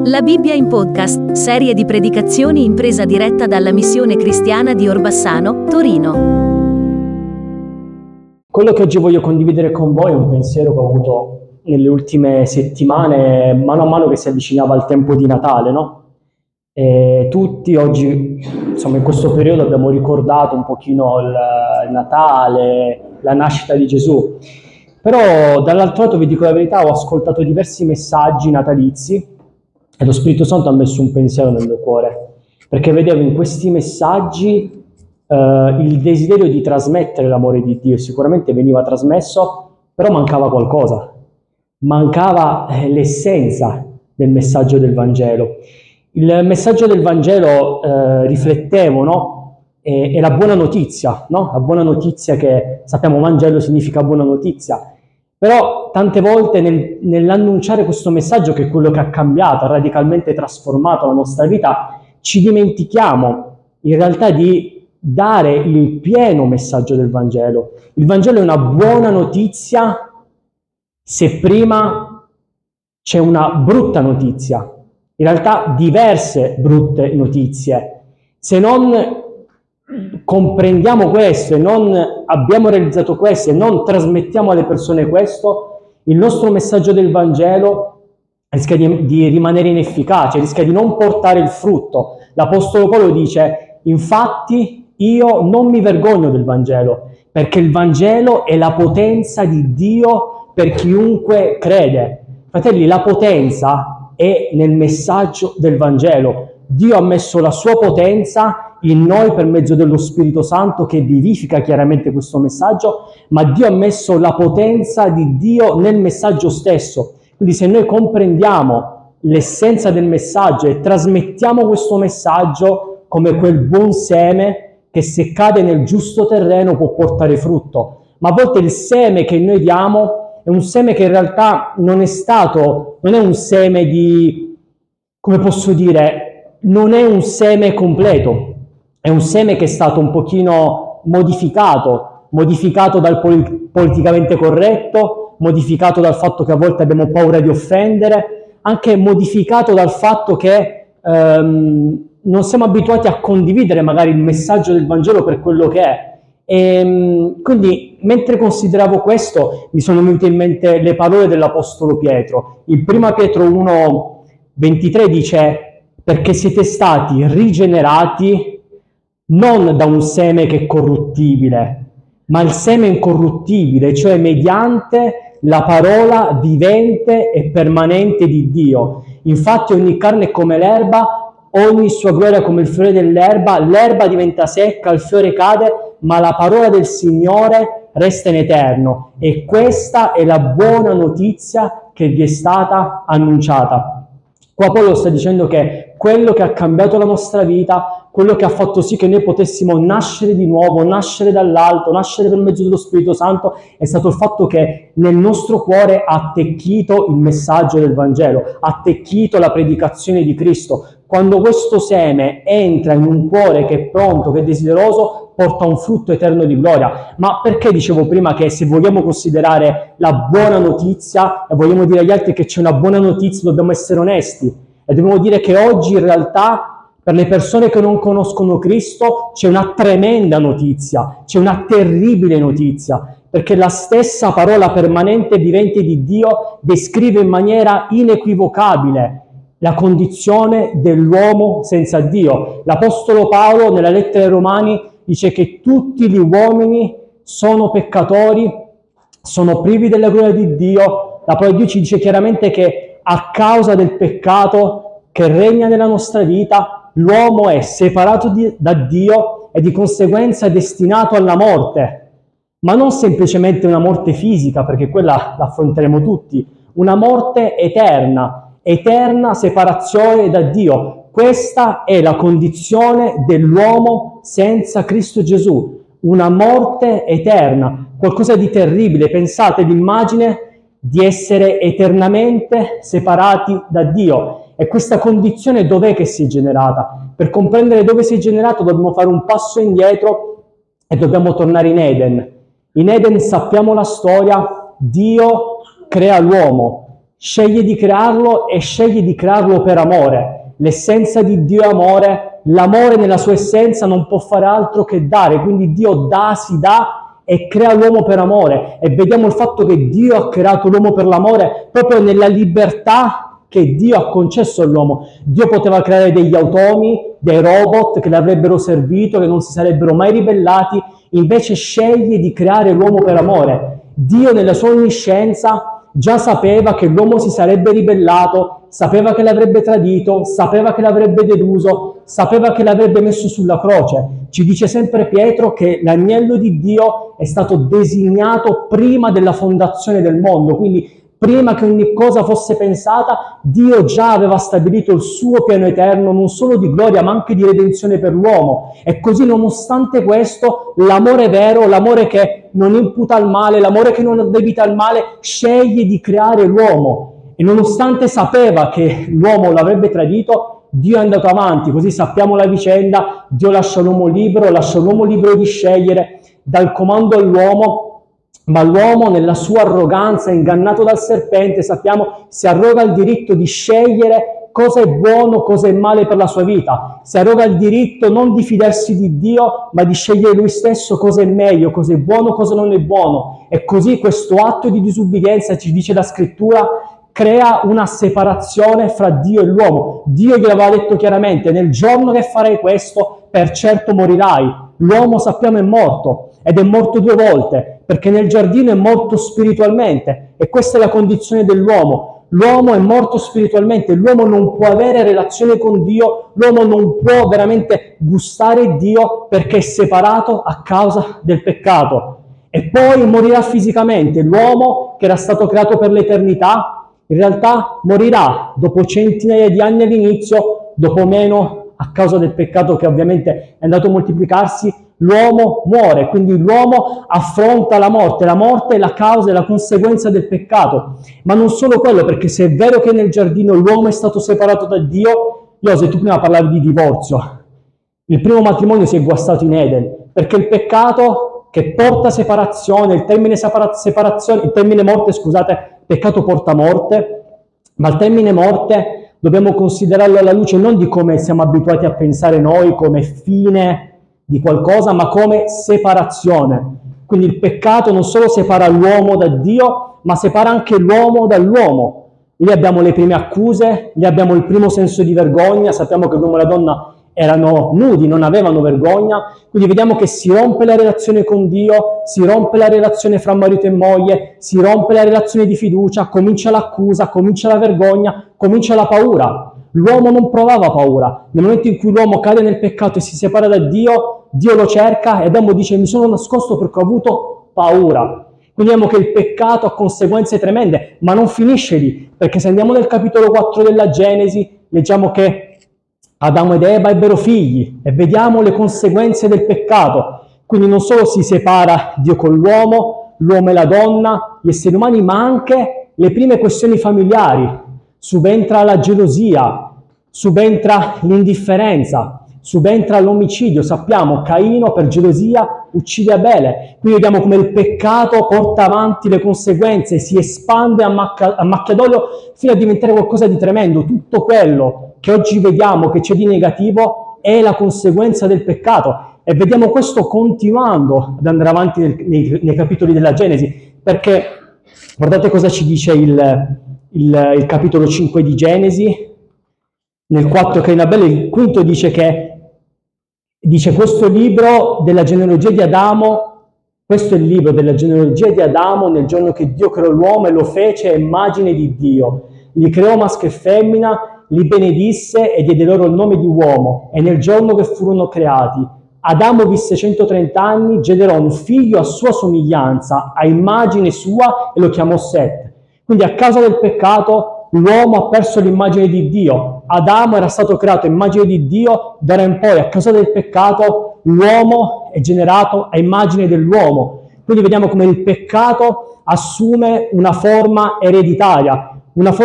La Bibbia in podcast, serie di predicazioni in presa diretta dalla Missione Cristiana di Orbassano, Torino. Quello che oggi voglio condividere con voi è un pensiero che ho avuto nelle ultime settimane, mano a mano che si avvicinava il tempo di Natale, no? E tutti oggi, insomma, in questo periodo abbiamo ricordato un pochino il Natale, la nascita di Gesù. Però dall'altro lato, vi dico la verità, ho ascoltato diversi messaggi natalizi e lo Spirito Santo ha messo un pensiero nel mio cuore, perché vedevo in questi messaggi il desiderio di trasmettere l'amore di Dio. Sicuramente veniva trasmesso, però mancava qualcosa, mancava l'essenza del messaggio del Vangelo. Il messaggio del Vangelo, riflettevo, no? È la buona notizia, no? La buona notizia, che sappiamo Vangelo significa buona notizia, però tante volte nell'annunciare questo messaggio, che è quello che ha cambiato, ha radicalmente trasformato la nostra vita, ci dimentichiamo in realtà di dare il pieno messaggio del Vangelo. Il Vangelo è una buona notizia se prima c'è una brutta notizia, in realtà diverse brutte notizie. Se non comprendiamo questo e non abbiamo realizzato questo e non trasmettiamo alle persone questo, il nostro messaggio del Vangelo rischia di rimanere inefficace, rischia di non portare il frutto. L'Apostolo Paolo dice: infatti io non mi vergogno del Vangelo, perché il Vangelo è la potenza di Dio per chiunque crede. Fratelli, la potenza è nel messaggio del Vangelo. Dio ha messo la sua potenza in noi per mezzo dello Spirito Santo, che vivifica chiaramente questo messaggio, ma Dio ha messo la potenza di Dio nel messaggio stesso. Quindi se noi comprendiamo l'essenza del messaggio e trasmettiamo questo messaggio come quel buon seme che, se cade nel giusto terreno, può portare frutto. Ma a volte il seme che noi diamo è un seme che in realtà non è un seme di, come posso dire, non è un seme completo. È un seme che è stato un pochino modificato dal politicamente corretto, modificato dal fatto che a volte abbiamo paura di offendere, anche modificato dal fatto che non siamo abituati a condividere magari il messaggio del Vangelo per quello che è. Quindi, mentre consideravo questo, mi sono venute in mente le parole dell'Apostolo Pietro. In 1 Pietro 1,23 dice: perché siete stati rigenerati non da un seme che è corruttibile, ma il seme incorruttibile, cioè mediante la parola vivente e permanente di Dio. Infatti ogni carne è come l'erba, ogni sua gloria come il fiore dell'erba, l'erba diventa secca, il fiore cade, ma la parola del Signore resta in eterno. E questa è la buona notizia che vi è stata annunciata. Qua Paolo sta dicendo che quello che ha cambiato la nostra vita, quello che ha fatto sì che noi potessimo nascere di nuovo, nascere dall'alto, nascere per mezzo dello Spirito Santo, è stato il fatto che nel nostro cuore ha attecchito il messaggio del Vangelo, ha attecchito la predicazione di Cristo. Quando questo seme entra in un cuore che è pronto, che è desideroso, porta un frutto eterno di gloria. Ma perché dicevo prima che se vogliamo considerare la buona notizia e vogliamo dire agli altri che c'è una buona notizia, dobbiamo essere onesti e dobbiamo dire che oggi in realtà per le persone che non conoscono Cristo c'è una tremenda notizia, c'è una terribile notizia, perché la stessa parola permanente e vivente di Dio descrive in maniera inequivocabile la condizione dell'uomo senza Dio. L'Apostolo Paolo nella lettera ai Romani dice che tutti gli uomini sono peccatori, sono privi della gloria di Dio. La parola di Dio ci dice chiaramente che a causa del peccato che regna nella nostra vita, l'uomo è separato da Dio e di conseguenza destinato alla morte. Ma non semplicemente una morte fisica, perché quella la affronteremo tutti, una morte eterna separazione da Dio. Questa è la condizione dell'uomo senza Cristo Gesù, una morte eterna, qualcosa di terribile. Pensate l'immagine di essere eternamente separati da Dio. E questa condizione dov'è che si è generata? Per comprendere dove si è generato dobbiamo fare un passo indietro e dobbiamo tornare in Eden. In Eden sappiamo la storia, Dio crea l'uomo. sceglie di crearlo e sceglie di crearlo per amore. L'essenza di Dio è amore, l'amore nella sua essenza non può fare altro che dare, quindi Dio dà, si dà e crea l'uomo per amore. E vediamo il fatto che Dio ha creato l'uomo per l'amore proprio nella libertà che Dio ha concesso all'uomo. Dio poteva creare degli automi, dei robot che l'avrebbero servito, che non si sarebbero mai ribellati, invece sceglie di creare l'uomo per amore. Dio nella sua onniscienza già sapeva che l'uomo si sarebbe ribellato, sapeva che l'avrebbe tradito, sapeva che l'avrebbe deluso, sapeva che l'avrebbe messo sulla croce. Ci dice sempre Pietro che l'agnello di Dio è stato designato prima della fondazione del mondo, quindi prima che ogni cosa fosse pensata, Dio già aveva stabilito il suo piano eterno, non solo di gloria, ma anche di redenzione per l'uomo. E così, nonostante questo, l'amore vero, l'amore che non imputa al male, l'amore che non addebita al male, sceglie di creare l'uomo. E nonostante sapeva che l'uomo l'avrebbe tradito, Dio è andato avanti, così sappiamo la vicenda, Dio lascia l'uomo libero di scegliere, dal comando all'uomo. Ma l'uomo nella sua arroganza, ingannato dal serpente, sappiamo, si arroga il diritto di scegliere cosa è buono, cosa è male per la sua vita. Si arroga il diritto non di fidarsi di Dio, ma di scegliere lui stesso cosa è meglio, cosa è buono, cosa non è buono. E così questo atto di disubbidienza, ci dice la scrittura, crea una separazione fra Dio e l'uomo. Dio gli aveva detto chiaramente: nel giorno che farai questo, per certo morirai. L'uomo, sappiamo, è morto, ed è morto 2 volte, perché nel giardino è morto spiritualmente, e questa è la condizione dell'uomo. L'uomo è morto spiritualmente, l'uomo non può avere relazione con Dio, l'uomo non può veramente gustare Dio perché è separato a causa del peccato. E poi morirà fisicamente. L'uomo, che era stato creato per l'eternità, in realtà morirà dopo centinaia di anni all'inizio, dopo meno a causa del peccato che ovviamente è andato a moltiplicarsi. L'uomo muore, quindi l'uomo affronta la morte è la causa e la conseguenza del peccato. Ma non solo quello, perché se è vero che nel giardino l'uomo è stato separato da Dio, se tu prima parlavi di divorzio, il primo matrimonio si è guastato in Eden, perché il peccato che porta separazione, il termine separazione, il termine morte, scusate, peccato porta morte, ma il termine morte dobbiamo considerarlo alla luce non di come siamo abituati a pensare noi, come fine di qualcosa, ma come separazione. Quindi il peccato non solo separa l'uomo da Dio, ma separa anche l'uomo dall'uomo. Lì abbiamo le prime accuse, lì abbiamo il primo senso di vergogna, sappiamo che l'uomo e la donna erano nudi, non avevano vergogna, quindi vediamo che si rompe la relazione con Dio, si rompe la relazione fra marito e moglie, si rompe la relazione di fiducia, comincia l'accusa, comincia la vergogna, comincia la paura. L'uomo non provava paura. Nel momento in cui l'uomo cade nel peccato e si separa da Dio, Dio lo cerca e Adamo dice: mi sono nascosto perché ho avuto paura. Quindi vediamo che il peccato ha conseguenze tremende, ma non finisce lì, perché se andiamo nel capitolo 4 della Genesi, leggiamo che Adamo ed Eva ebbero figli e vediamo le conseguenze del peccato. Quindi non solo si separa Dio con l'uomo e la donna, gli esseri umani, ma anche le prime questioni familiari. Subentra la gelosia, subentra l'indifferenza, subentra l'omicidio. Sappiamo, Caino per gelosia uccide Abele. Quindi vediamo come il peccato porta avanti le conseguenze, si espande a macchia d'olio fino a diventare qualcosa di tremendo. Tutto quello che oggi vediamo che c'è di negativo è la conseguenza del peccato. E vediamo questo continuando ad andare avanti nei capitoli della Genesi, perché guardate cosa ci dice il capitolo 5 di Genesi, nel 4 Caino e Abele, il quinto dice questo libro della genealogia di Adamo, questo è il libro della genealogia di Adamo nel giorno che Dio creò l'uomo e lo fece a immagine di Dio. Li creò maschio e femmina, li benedisse e diede loro il nome di uomo, e nel giorno che furono creati Adamo visse 130 anni, generò un figlio a sua somiglianza, a immagine sua, e lo chiamò Set. Quindi a causa del peccato l'uomo ha perso l'immagine di Dio. Adamo era stato creato a immagine di Dio, d'ora in poi a causa del peccato l'uomo è generato a immagine dell'uomo. Quindi vediamo come il peccato assume una forma ereditaria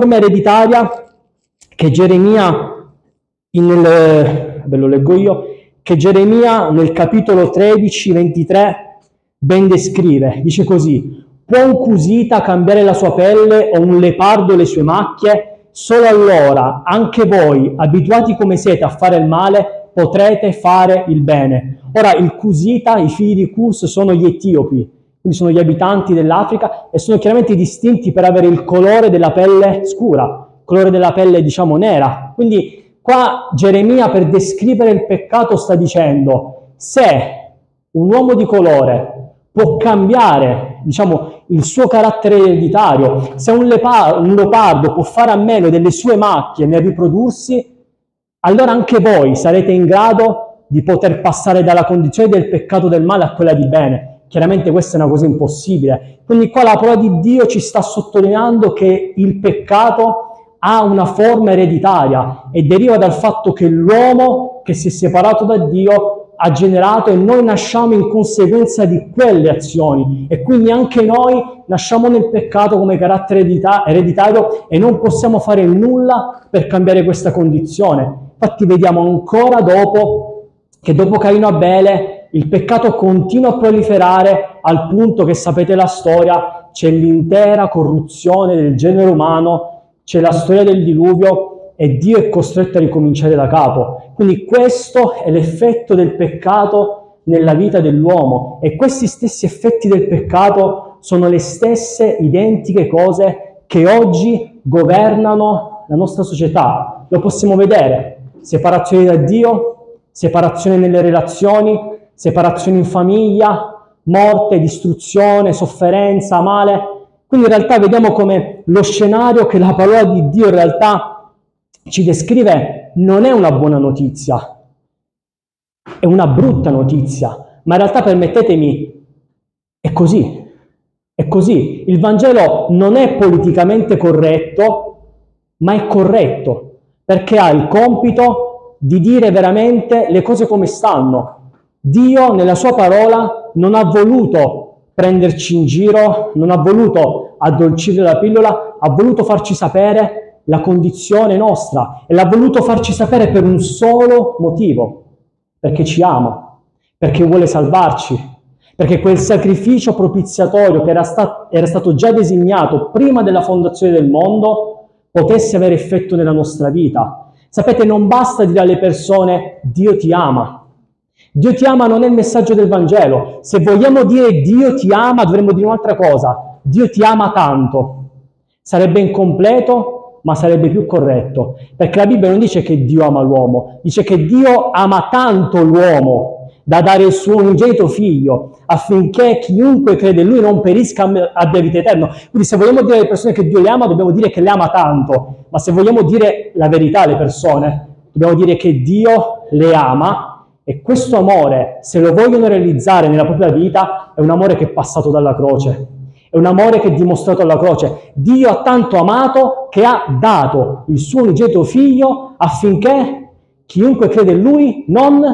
che Geremia, ve lo leggo io, che Geremia nel capitolo 13, 23 ben descrive. Dice così: Può un cusita cambiare la sua pelle o un leopardo le sue macchie? Solo allora, anche voi, abituati come siete a fare il male, potrete fare il bene. Ora, il cusita, i figli di Cus, sono gli etiopi, quindi sono gli abitanti dell'Africa e sono chiaramente distinti per avere il colore della pelle scura, il colore della pelle, diciamo, nera. Quindi qua Geremia, per descrivere il peccato, sta dicendo: se un uomo di colore può cambiare, diciamo, il suo carattere ereditario, se un leopardo può fare a meno delle sue macchie nel riprodursi, allora anche voi sarete in grado di poter passare dalla condizione del peccato del male a quella di bene. Chiaramente questa è una cosa impossibile. Quindi qua la parola di Dio ci sta sottolineando che il peccato ha una forma ereditaria e deriva dal fatto che l'uomo che si è separato da Dio ha generato, e noi nasciamo in conseguenza di quelle azioni, e quindi anche noi nasciamo nel peccato come carattere ereditario e non possiamo fare nulla per cambiare questa condizione. Infatti vediamo ancora dopo che dopo Caino e Abele il peccato continua a proliferare, al punto che, sapete la storia, c'è l'intera corruzione del genere umano, c'è la storia del diluvio e Dio è costretto a ricominciare da capo. Quindi questo è l'effetto del peccato nella vita dell'uomo, e questi stessi effetti del peccato sono le stesse identiche cose che oggi governano la nostra società. Lo possiamo vedere: separazione da Dio, separazione nelle relazioni, separazione in famiglia, morte, distruzione, sofferenza, male. Quindi in realtà vediamo come lo scenario che la parola di Dio in realtà ci descrive non è una buona notizia, è una brutta notizia, ma in realtà, permettetemi, è così, è così. Il Vangelo non è politicamente corretto, ma è corretto, perché ha il compito di dire veramente le cose come stanno. Dio nella sua parola non ha voluto prenderci in giro, non ha voluto addolcire la pillola, ha voluto farci sapere la condizione nostra, e l'ha voluto farci sapere per un solo motivo: perché ci ama, perché vuole salvarci, perché quel sacrificio propiziatorio che era stato già designato prima della fondazione del mondo potesse avere effetto nella nostra vita. Sapete, non basta dire alle persone Dio ti ama. Dio ti ama non è il messaggio del Vangelo. Se vogliamo dire Dio ti ama, dovremmo dire un'altra cosa: Dio ti ama tanto. Sarebbe incompleto, ma sarebbe più corretto, perché la Bibbia non dice che Dio ama l'uomo, dice che Dio ama tanto l'uomo da dare il suo unigenito figlio, affinché chiunque crede in lui non perisca, abbia vita eterna. Quindi se vogliamo dire alle persone che Dio le ama, dobbiamo dire che le ama tanto, ma se vogliamo dire la verità alle persone, dobbiamo dire che Dio le ama, e questo amore, se lo vogliono realizzare nella propria vita, è un amore che è passato dalla croce. È un amore che è dimostrato alla croce. Dio ha tanto amato che ha dato il suo unigenito figlio affinché chiunque crede in lui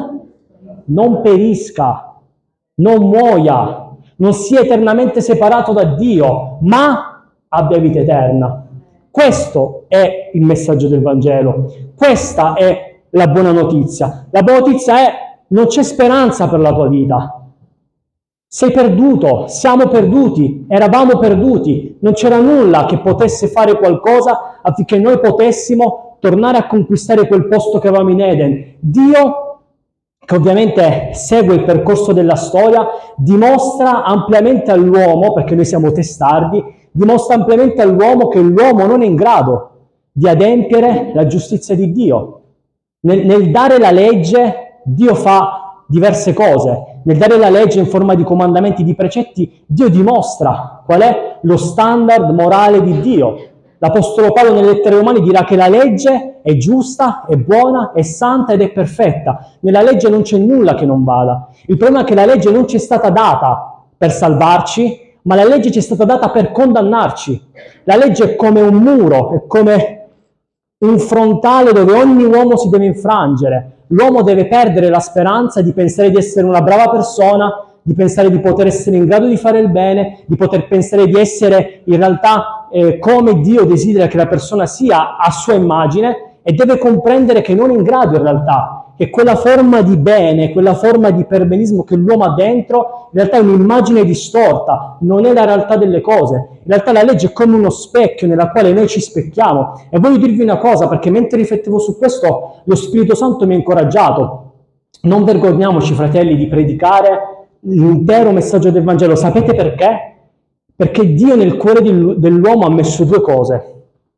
non perisca, non muoia, non sia eternamente separato da Dio, ma abbia vita eterna. Questo è il messaggio del Vangelo. Questa è la buona notizia. La buona notizia è: non c'è speranza per la tua vita. Sei perduto, siamo perduti, eravamo perduti, non c'era nulla che potesse fare qualcosa affinché noi potessimo tornare a conquistare quel posto che avevamo in Eden. Dio, che ovviamente segue il percorso della storia, dimostra ampiamente all'uomo, perché noi siamo testardi, dimostra ampiamente all'uomo che l'uomo non è in grado di adempiere la giustizia di Dio. Nel dare la legge, Dio fa diverse cose. Nel dare la legge in forma di comandamenti, di precetti, Dio dimostra qual è lo standard morale di Dio. L'Apostolo Paolo nelle lettere ai Romani dirà che la legge è giusta, è buona, è santa ed è perfetta. Nella legge non c'è nulla che non vada. Il problema è che la legge non ci è stata data per salvarci, ma la legge ci è stata data per condannarci. La legge è come un muro, è come un frontale dove ogni uomo si deve infrangere. L'uomo deve perdere la speranza di pensare di essere una brava persona, di pensare di poter essere in grado di fare il bene, di poter pensare di essere in realtà come Dio desidera che la persona sia a sua immagine, e deve comprendere che non è in grado in realtà, che quella forma di bene, quella forma di perbenismo che l'uomo ha dentro, in realtà è un'immagine distorta, non è la realtà delle cose. In realtà la legge è come uno specchio nella quale noi ci specchiamo. E voglio dirvi una cosa, perché mentre riflettevo su questo, lo Spirito Santo mi ha incoraggiato. Non vergogniamoci, fratelli, di predicare l'intero messaggio del Vangelo. Sapete perché? Perché Dio nel cuore dell'uomo ha messo due cose.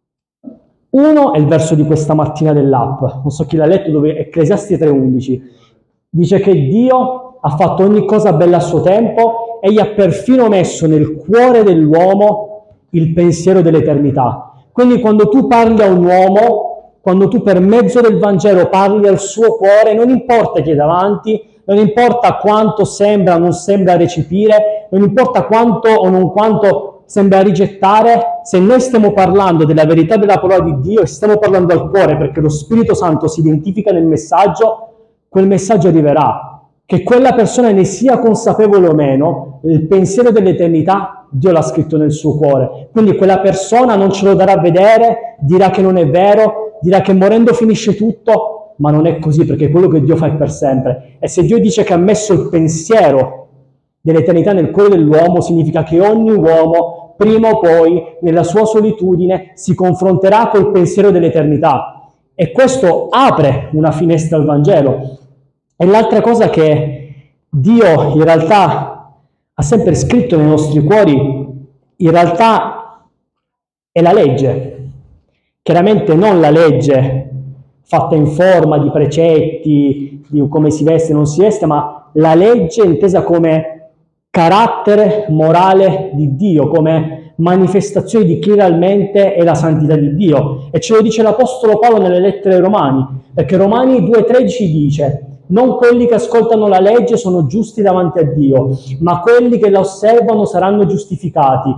Uno è il verso di questa mattina dell'app, non so chi l'ha letto, dove Ecclesiasti 3:11 dice che Dio ha fatto ogni cosa bella a suo tempo e gli ha perfino messo nel cuore dell'uomo il pensiero dell'eternità. Quindi quando tu parli a un uomo, quando tu per mezzo del Vangelo parli al suo cuore, non importa chi è davanti, non importa quanto sembra o non sembra recepire, non importa quanto o non quanto sembra rigettare, se noi stiamo parlando della verità della parola di Dio e stiamo parlando al cuore perché lo Spirito Santo si identifica nel messaggio, quel messaggio arriverà. Che quella persona ne sia consapevole o meno, il pensiero dell'eternità Dio l'ha scritto nel suo cuore. Quindi quella persona non ce lo darà a vedere, dirà che non è vero, dirà che morendo finisce tutto, ma non è così, perché quello che Dio fa è per sempre. E se Dio dice che ha messo il pensiero dell'eternità nel cuore dell'uomo, significa che ogni uomo, prima o poi, nella sua solitudine, si confronterà col pensiero dell'eternità. E questo apre una finestra al Vangelo. E l'altra cosa che Dio in realtà ha sempre scritto nei nostri cuori, in realtà è la legge. Chiaramente non la legge fatta in forma di precetti, di come si veste, non si veste, ma la legge intesa come carattere morale di Dio, come manifestazione di chi realmente è la santità di Dio. E ce lo dice l'Apostolo Paolo nelle lettere ai Romani, perché Romani 2,13 dice: non quelli che ascoltano la legge sono giusti davanti a Dio, ma quelli che la osservano saranno giustificati.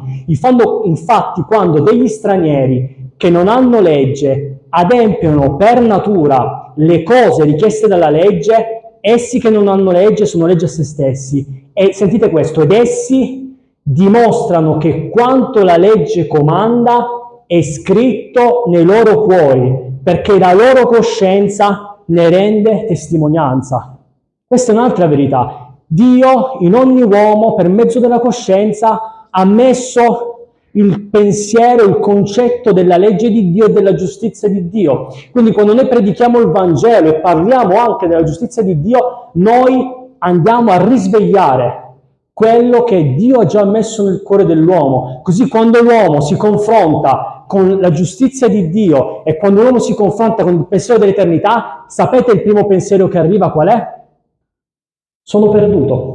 Infatti, quando degli stranieri che non hanno legge adempiono per natura le cose richieste dalla legge, essi che non hanno legge sono legge a se stessi. E sentite questo, ed essi dimostrano che quanto la legge comanda è scritto nei loro cuori, perché la loro coscienza ne rende testimonianza. Questa è un'altra verità. Dio in ogni uomo, per mezzo della coscienza, ha messo il pensiero, il concetto della legge di Dio e della giustizia di Dio. Quindi quando noi predichiamo il Vangelo e parliamo anche della giustizia di Dio, noi andiamo a risvegliare quello che Dio ha già messo nel cuore dell'uomo. Così quando l'uomo si confronta con la giustizia di Dio e quando l'uomo si confronta con il pensiero dell'eternità, sapete il primo pensiero che arriva qual è? Sono perduto.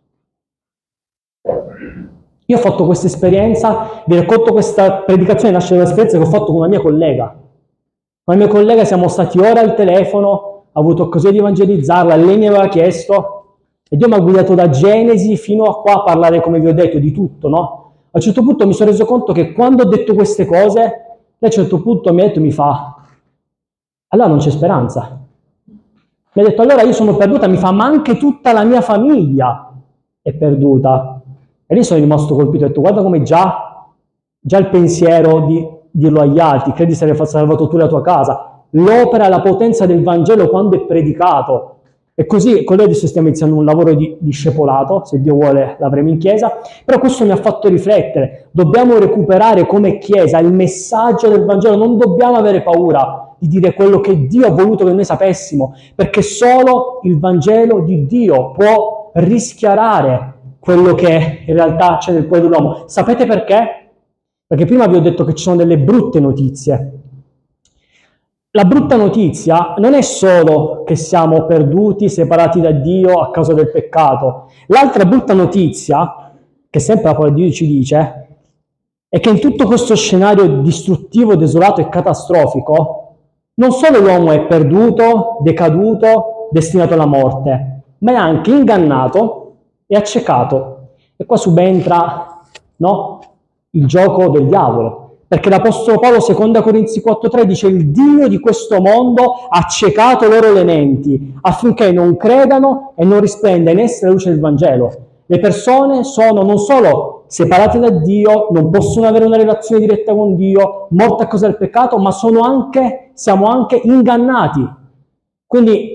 Io ho fatto questa esperienza, vi racconto questa predicazione, nasce da un'esperienza che ho fatto con una mia collega. Con la mia collega siamo stati ore al telefono, ho avuto occasione di evangelizzarla, lei mi aveva chiesto, e Dio mi ha guidato da Genesi fino a qua a parlare, come vi ho detto, di tutto, no? A un certo punto mi sono reso conto che quando ho detto queste cose, lei a un certo punto mi ha detto, allora non c'è speranza. Mi ha detto, allora io sono perduta, ma anche tutta la mia famiglia è perduta. E lì sono rimasto colpito, ho detto, guarda come già il pensiero di dirlo agli altri, credi di essere salvato tu e la tua casa, l'opera, la potenza del Vangelo quando è predicato. E così con lei adesso stiamo iniziando un lavoro di discepolato, se Dio vuole l'avremo in chiesa, però questo mi ha fatto riflettere, dobbiamo recuperare come chiesa il messaggio del Vangelo, non dobbiamo avere paura di dire quello che Dio ha voluto che noi sapessimo, perché solo il Vangelo di Dio può rischiarare quello che in realtà c'è nel cuore dell'uomo. Sapete perché? Perché prima vi ho detto che ci sono delle brutte notizie. La brutta notizia non è solo che siamo perduti, separati da Dio a causa del peccato. L'altra brutta notizia, che sempre la parola di Dio ci dice, è che in tutto questo scenario distruttivo, desolato e catastrofico, non solo l'uomo è perduto, decaduto, destinato alla morte, ma è anche ingannato e accecato. E qua subentra, no, il gioco del diavolo. Perché l'Apostolo Paolo, 2 Corinzi 4,3, dice il Dio di questo mondo ha accecato loro le menti affinché non credano e non risplenda in esse la luce del Vangelo. Le persone sono non solo separate da Dio, non possono avere una relazione diretta con Dio, morte a causa del peccato, ma siamo anche ingannati. Quindi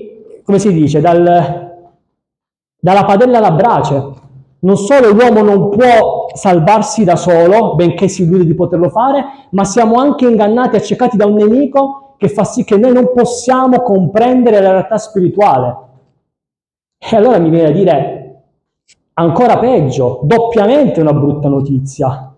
come si dice, dalla padella alla brace. Non solo l'uomo non può salvarsi da solo, benché si illude di poterlo fare, ma siamo anche ingannati e accecati da un nemico che fa sì che noi non possiamo comprendere la realtà spirituale. E allora mi viene a dire, ancora peggio, doppiamente una brutta notizia.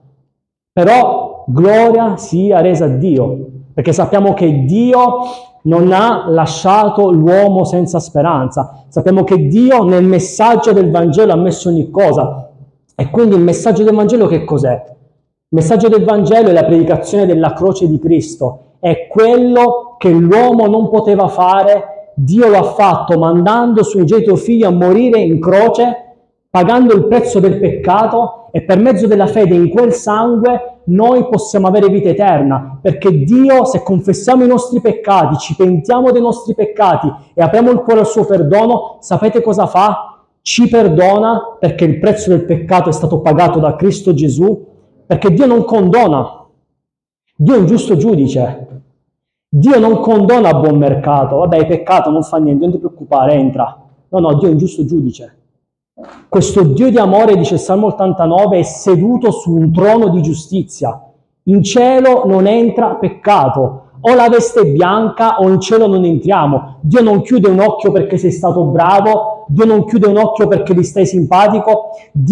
Però gloria sia resa a Dio, perché sappiamo che Dio non ha lasciato l'uomo senza speranza. Sappiamo che Dio nel messaggio del Vangelo ha messo ogni cosa. E quindi il messaggio del Vangelo che cos'è? Il messaggio del Vangelo è la predicazione della croce di Cristo. È quello che l'uomo non poteva fare, Dio lo ha fatto mandando suo unigenito figlio a morire in croce, pagando il prezzo del peccato, e per mezzo della fede in quel sangue noi possiamo avere vita eterna, perché Dio, se confessiamo i nostri peccati, ci pentiamo dei nostri peccati e apriamo il cuore al suo perdono, sapete cosa fa? Ci perdona, perché il prezzo del peccato è stato pagato da Cristo Gesù, perché Dio non condona. Dio è un giusto giudice. Dio non condona a buon mercato. Vabbè, hai peccato, non fa niente, non ti preoccupare, entra. No, Dio è un giusto giudice. Questo Dio di amore, dice il Salmo 89, è seduto su un trono di giustizia. In cielo non entra peccato. O la veste è bianca o in cielo non entriamo. Dio non chiude un occhio perché sei stato bravo. Dio non chiude un occhio perché gli stai simpatico.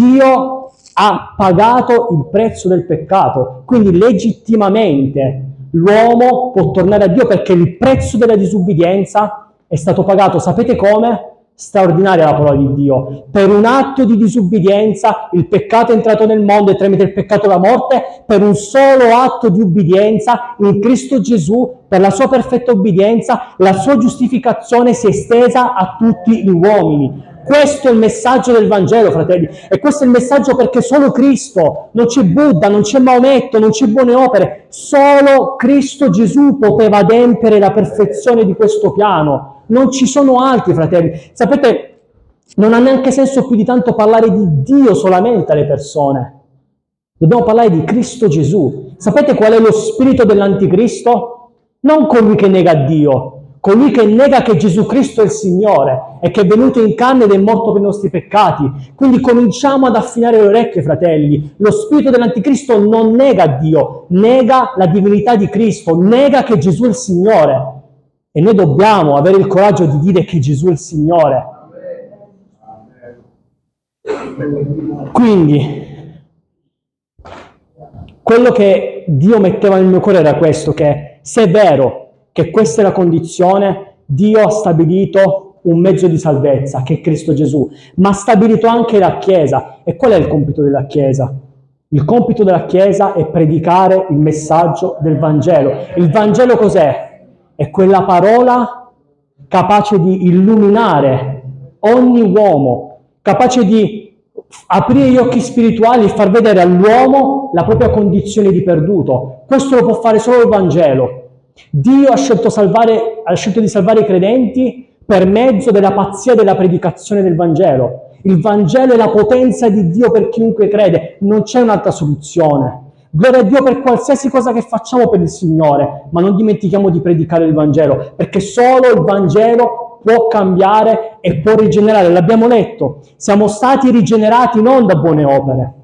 Dio ha pagato il prezzo del peccato. Quindi legittimamente l'uomo può tornare a Dio perché il prezzo della disubbidienza è stato pagato. Sapete come? Straordinaria la parola di Dio. Per un atto di disubbidienza il peccato è entrato nel mondo e tramite il peccato la morte. Per un solo atto di ubbidienza in Cristo Gesù, per la sua perfetta ubbidienza, la sua giustificazione si è estesa a tutti gli uomini. Questo è il messaggio del Vangelo, fratelli, e questo è il messaggio perché solo Cristo, non c'è Buddha, non c'è Maometto, non c'è buone opere, solo Cristo Gesù poteva adempiere la perfezione di questo piano. Non ci sono altri, fratelli. Sapete, non ha neanche senso più di tanto parlare di Dio solamente alle persone. Dobbiamo parlare di Cristo Gesù. Sapete qual è lo spirito dell'anticristo? Non colui che nega Dio, colui che nega che Gesù Cristo è il Signore e che è venuto in carne ed è morto per i nostri peccati. Quindi cominciamo ad affinare le orecchie, fratelli. Lo spirito dell'anticristo non nega Dio, nega la divinità di Cristo, nega che Gesù è il Signore. E noi dobbiamo avere il coraggio di dire che Gesù è il Signore. Quindi, quello che Dio metteva nel mio cuore era questo, che se è vero che questa è la condizione, Dio ha stabilito un mezzo di salvezza, che è Cristo Gesù, ma ha stabilito anche la Chiesa. E qual è il compito della Chiesa? Il compito della Chiesa è predicare il messaggio del Vangelo. Il Vangelo cos'è? È quella parola capace di illuminare ogni uomo, capace di aprire gli occhi spirituali e far vedere all'uomo la propria condizione di perduto. Questo lo può fare solo il Vangelo. Dio ha scelto di salvare i credenti per mezzo della pazzia della predicazione del Vangelo. Il Vangelo è la potenza di Dio per chiunque crede, non c'è un'altra soluzione. Gloria a Dio per qualsiasi cosa che facciamo per il Signore, ma non dimentichiamo di predicare il Vangelo, perché solo il Vangelo può cambiare e può rigenerare. L'abbiamo letto, siamo stati rigenerati non da buone opere.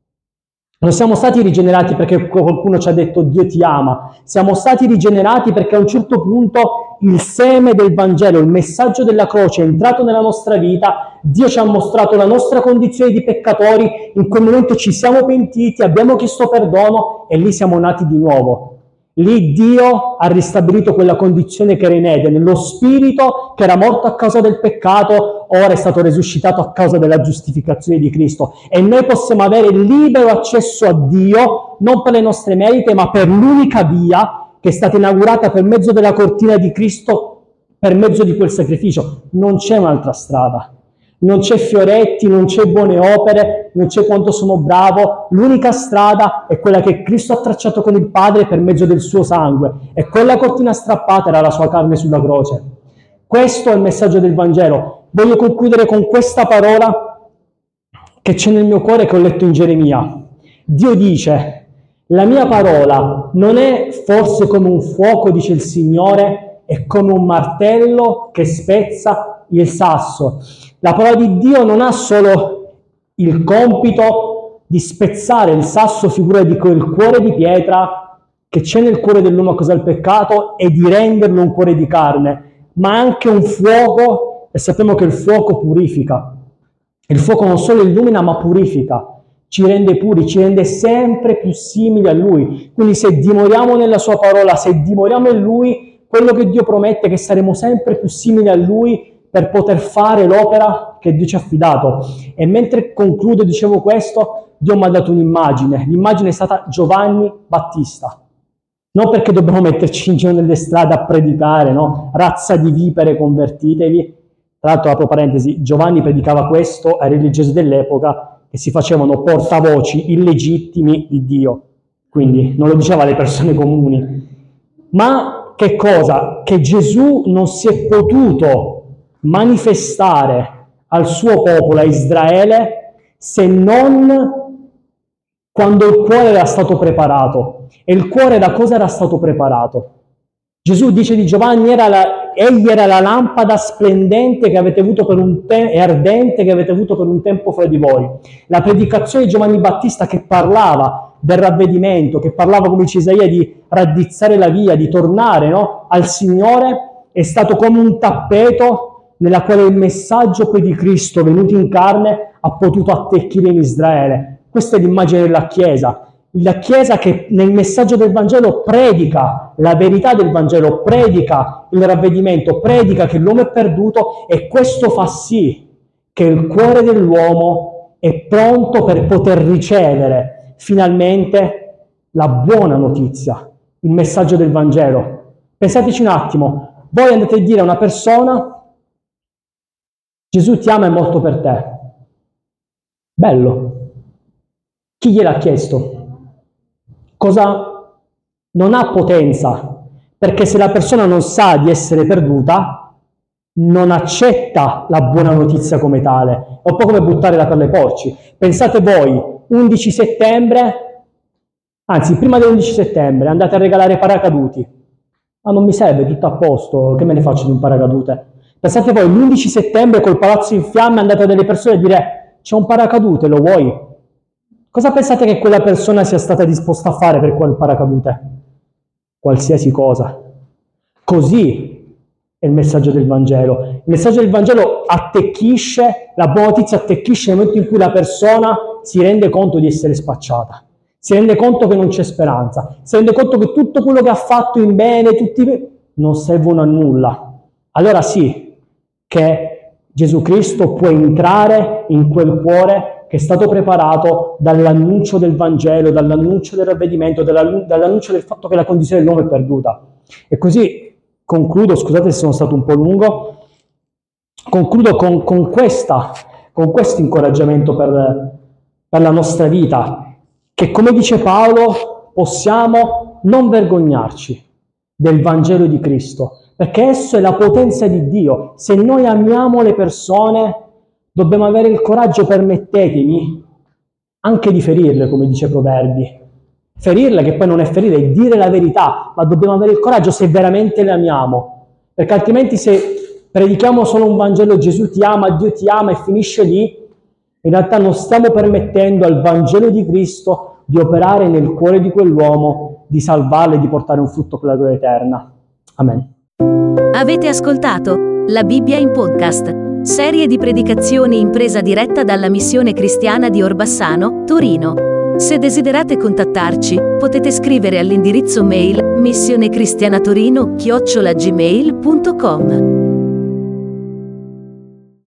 Non siamo stati rigenerati perché qualcuno ci ha detto Dio ti ama, siamo stati rigenerati perché a un certo punto il seme del Vangelo, il messaggio della croce è entrato nella nostra vita, Dio ci ha mostrato la nostra condizione di peccatori, in quel momento ci siamo pentiti, abbiamo chiesto perdono e lì siamo nati di nuovo. Lì Dio ha ristabilito quella condizione che era in Eden, lo spirito che era morto a causa del peccato, ora è stato resuscitato a causa della giustificazione di Cristo. E noi possiamo avere libero accesso a Dio, non per le nostre merite, ma per l'unica via che è stata inaugurata per mezzo della cortina di Cristo, per mezzo di quel sacrificio. Non c'è un'altra strada. Non c'è fioretti, non c'è buone opere, non c'è quanto sono bravo. L'unica strada è quella che Cristo ha tracciato con il Padre per mezzo del suo sangue. E quella cortina strappata era la sua carne sulla croce. Questo è il messaggio del Vangelo. Voglio concludere con questa parola che c'è nel mio cuore, che ho letto in Geremia. Dio dice: la mia parola non è forse come un fuoco, dice il Signore, è come un martello che spezza il sasso. La parola di Dio non ha solo il compito di spezzare il sasso, figura di quel cuore di pietra che c'è nel cuore dell'uomo a causa del peccato, e di renderlo un cuore di carne, ma anche un fuoco, e sappiamo che il fuoco purifica. Il fuoco non solo illumina, ma purifica, ci rende puri, ci rende sempre più simili a Lui. Quindi se dimoriamo nella Sua parola, se dimoriamo in Lui, quello che Dio promette è che saremo sempre più simili a Lui per poter fare l'opera che Dio ci ha affidato. E mentre concludo, dicevo questo, Dio mi ha dato un'immagine. L'immagine è stata Giovanni Battista. Non perché dobbiamo metterci in giro nelle strade a predicare, no? Razza di vipere, convertitevi. Tra l'altro, apro parentesi, Giovanni predicava questo ai religiosi dell'epoca che si facevano portavoci illegittimi di Dio. Quindi non lo diceva alle persone comuni. Ma che cosa? Che Gesù non si è potuto manifestare al suo popolo, a Israele, se non quando il cuore era stato preparato. E il cuore da cosa era stato preparato? Gesù dice di Giovanni, egli era la lampada splendente che avete avuto e ardente che avete avuto per un tempo fra di voi. La predicazione di Giovanni Battista, che parlava del ravvedimento, che parlava, come dice Isaia, di raddrizzare la via, di tornare, no, al Signore, è stato come un tappeto nella quale il messaggio poi di Cristo, venuto in carne, ha potuto attecchire in Israele. Questa è l'immagine della Chiesa. La Chiesa che nel messaggio del Vangelo predica la verità del Vangelo, predica il ravvedimento, predica che l'uomo è perduto, e questo fa sì che il cuore dell'uomo è pronto per poter ricevere finalmente la buona notizia, il messaggio del Vangelo. Pensateci un attimo, voi andate a dire a una persona: Gesù ti ama e è morto per te. Bello. Chi gliel'ha chiesto? Cosa non ha potenza, perché se la persona non sa di essere perduta, non accetta la buona notizia come tale. È un po' come buttarla per le porci. Pensate voi, 11 settembre, anzi prima dell'11 settembre, andate a regalare paracaduti. Ma non mi serve, tutto a posto, che me ne faccio di un paracadute? Pensate voi, l'11 settembre col palazzo in fiamme andate a delle persone a dire: c'è un paracadute, lo vuoi? Cosa pensate che quella persona sia stata disposta a fare per quel paracadute? Qualsiasi cosa. Così è il messaggio del Vangelo. Il messaggio del Vangelo attecchisce, la buona notizia attecchisce nel momento in cui la persona si rende conto di essere spacciata, si rende conto che non c'è speranza, si rende conto che tutto quello che ha fatto in bene, non servono a nulla. Allora sì, che Gesù Cristo può entrare in quel cuore che è stato preparato dall'annuncio del Vangelo, dall'annuncio del ravvedimento, dall'annuncio del fatto che la condizione dell'uomo è perduta. E così concludo, scusate se sono stato un po' lungo, concludo con questo incoraggiamento per la nostra vita, che, come dice Paolo, possiamo non vergognarci del Vangelo di Cristo, perché esso è la potenza di Dio. Se noi amiamo le persone, dobbiamo avere il coraggio, permettetemi, anche di ferirle, come dice Proverbi. Ferirle, che poi non è ferire, è dire la verità, ma dobbiamo avere il coraggio se veramente le amiamo, perché altrimenti se predichiamo solo un Vangelo, Gesù ti ama, Dio ti ama, e finisce lì, in realtà non stiamo permettendo al Vangelo di Cristo di operare nel cuore di quell'uomo, di salvarlo e di portare un frutto per la gloria eterna. Amen. Avete ascoltato La Bibbia in podcast, serie di predicazioni in presa diretta dalla missione cristiana di Orbassano, Torino. Se desiderate contattarci, potete scrivere all'indirizzo mail missionecristianatorino@gmail.com.